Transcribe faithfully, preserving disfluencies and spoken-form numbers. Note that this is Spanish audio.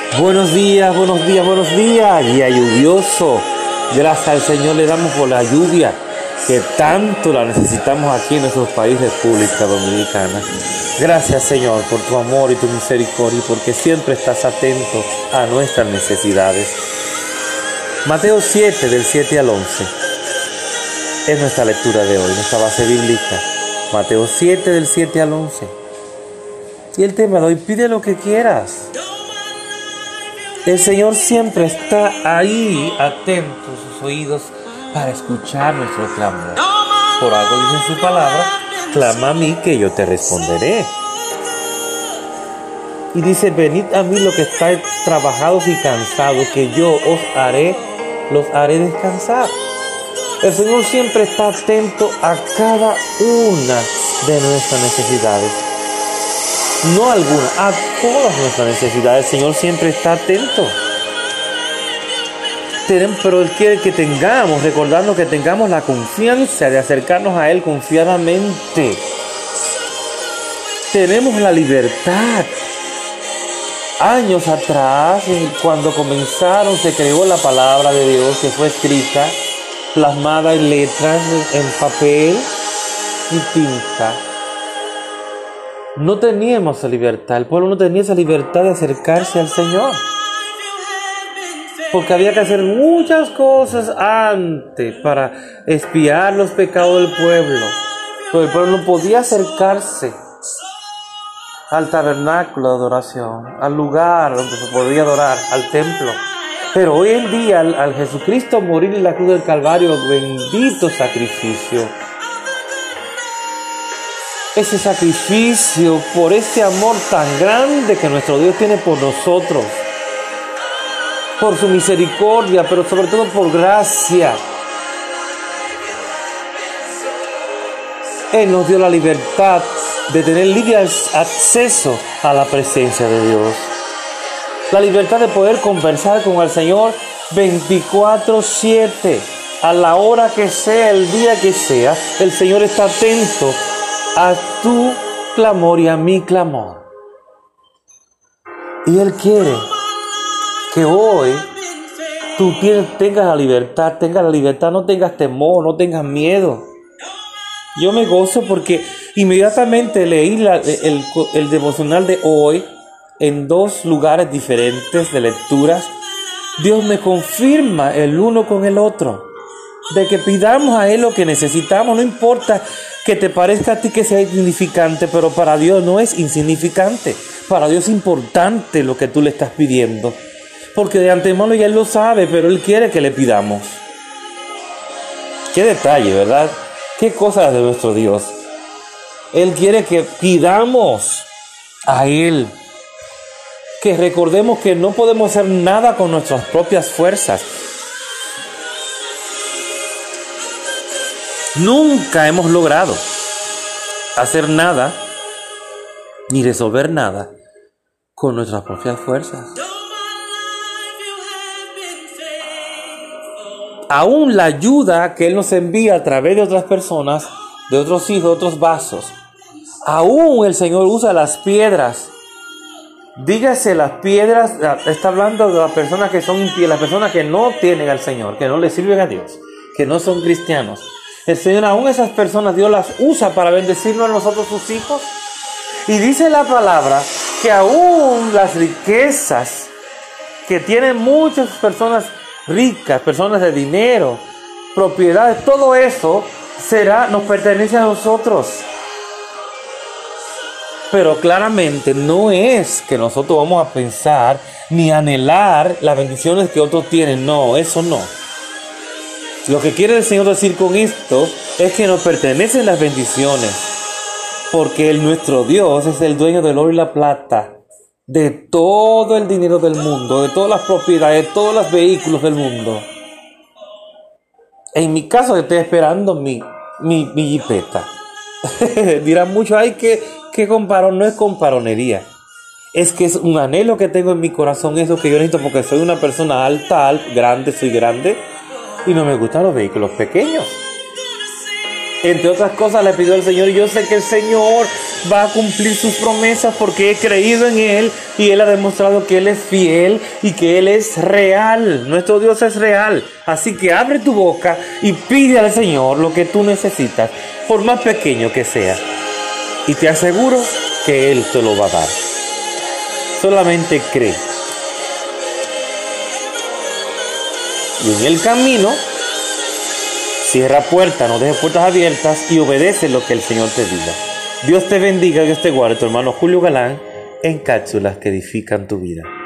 Buenos días, buenos días, buenos días. Día lluvioso. Gracias al Señor le damos por la lluvia que tanto la necesitamos aquí en nuestros países, República Dominicana. Gracias, Señor, por tu amor y tu misericordia, porque siempre estás atento a nuestras necesidades. Mateo siete, del siete al once, es nuestra lectura de hoy, nuestra base bíblica. Mateo siete, del siete al once. Y el tema de hoy, pide lo que quieras. El Señor siempre está ahí, atento a sus oídos para escuchar nuestro clamor. Por algo dice en su palabra, clama a mí que yo te responderé. Y dice, venid a mí los que estáis trabajados y cansados, que yo os haré, los haré descansar. El Señor siempre está atento a cada una de nuestras necesidades. No alguna, a todas nuestras necesidades. El Señor siempre está atento. Pero Él quiere que tengamos, recordando que tengamos la confianza de acercarnos a Él confiadamente. Tenemos la libertad. Años atrás, cuando comenzaron, se creó la palabra de Dios que fue escrita, plasmada en letras, en papel y tinta. No teníamos esa libertad, el pueblo no tenía esa libertad de acercarse al Señor. Porque había que hacer muchas cosas antes para expiar los pecados del pueblo. Pero el pueblo no podía acercarse al tabernáculo de adoración, al lugar donde se podía adorar, al templo. Pero hoy en día, al, al Jesucristo morir en la cruz del Calvario, bendito sacrificio. Ese sacrificio por ese amor tan grande que nuestro Dios tiene por nosotros, por su misericordia, pero sobre todo por gracia. Él nos dio la libertad de tener libre acceso a la presencia de Dios. La libertad de poder conversar con el Señor veinticuatro siete, a la hora que sea, el día que sea. El Señor está atento a tu clamor y a mi clamor. Y Él quiere que hoy tú tengas la libertad, tengas la libertad, no tengas temor, no tengas miedo. Yo me gozo porque inmediatamente leí la, el, el devocional de hoy en dos lugares diferentes de lecturas. Dios me confirma el uno con el otro, de que pidamos a Él lo que necesitamos, no importa que te parezca a ti que sea insignificante, pero para Dios no es insignificante, para Dios es importante lo que tú le estás pidiendo, porque de antemano ya Él lo sabe, pero Él quiere que le pidamos. Qué detalle, ¿verdad? Qué cosas de nuestro Dios. Él quiere que pidamos a Él, que recordemos que no podemos hacer nada con nuestras propias fuerzas. Nunca hemos logrado hacer nada ni resolver nada con nuestras propias fuerzas. Aún la ayuda que Él nos envía a través de otras personas, de otros hijos, de otros vasos, aún el Señor usa las piedras. Dígase las piedras, está hablando de las personas que son impías, las personas que no tienen al Señor, que no le sirven a Dios, que no son cristianos. El Señor, aún esas personas, Dios las usa para bendecirnos a nosotros, sus hijos. Y dice la palabra que aún las riquezas que tienen muchas personas ricas, personas de dinero, propiedades, todo eso será, nos pertenece a nosotros. Pero claramente no es que nosotros vamos a pensar ni anhelar las bendiciones que otros tienen. No, eso no. Lo que quiere el Señor decir con esto es que nos pertenecen las bendiciones, porque Él, nuestro Dios, es el dueño del oro y la plata, de todo el dinero del mundo, de todas las propiedades, de todos los vehículos del mundo. En mi caso, estoy esperando mi, mi, mi jipeta. Dirán mucho, ay, que, que comparón, no es comparonería. Es que es un anhelo que tengo en mi corazón, es lo que yo necesito, porque soy una persona alta, alta, grande, soy grande, y no me gustan los vehículos pequeños. Entre otras cosas le pido al Señor, y yo sé que el Señor va a cumplir sus promesas porque he creído en Él y Él ha demostrado que Él es fiel y que Él es real. Nuestro Dios es real. Así que abre tu boca y pide al Señor lo que tú necesitas, por más pequeño que sea. Y te aseguro que Él te lo va a dar. Solamente cree. Y en el camino, cierra puertas, no dejes puertas abiertas y obedece lo que el Señor te diga. Dios te bendiga, Dios te guarde. Tu hermano Julio Galán en cápsulas que edifican tu vida.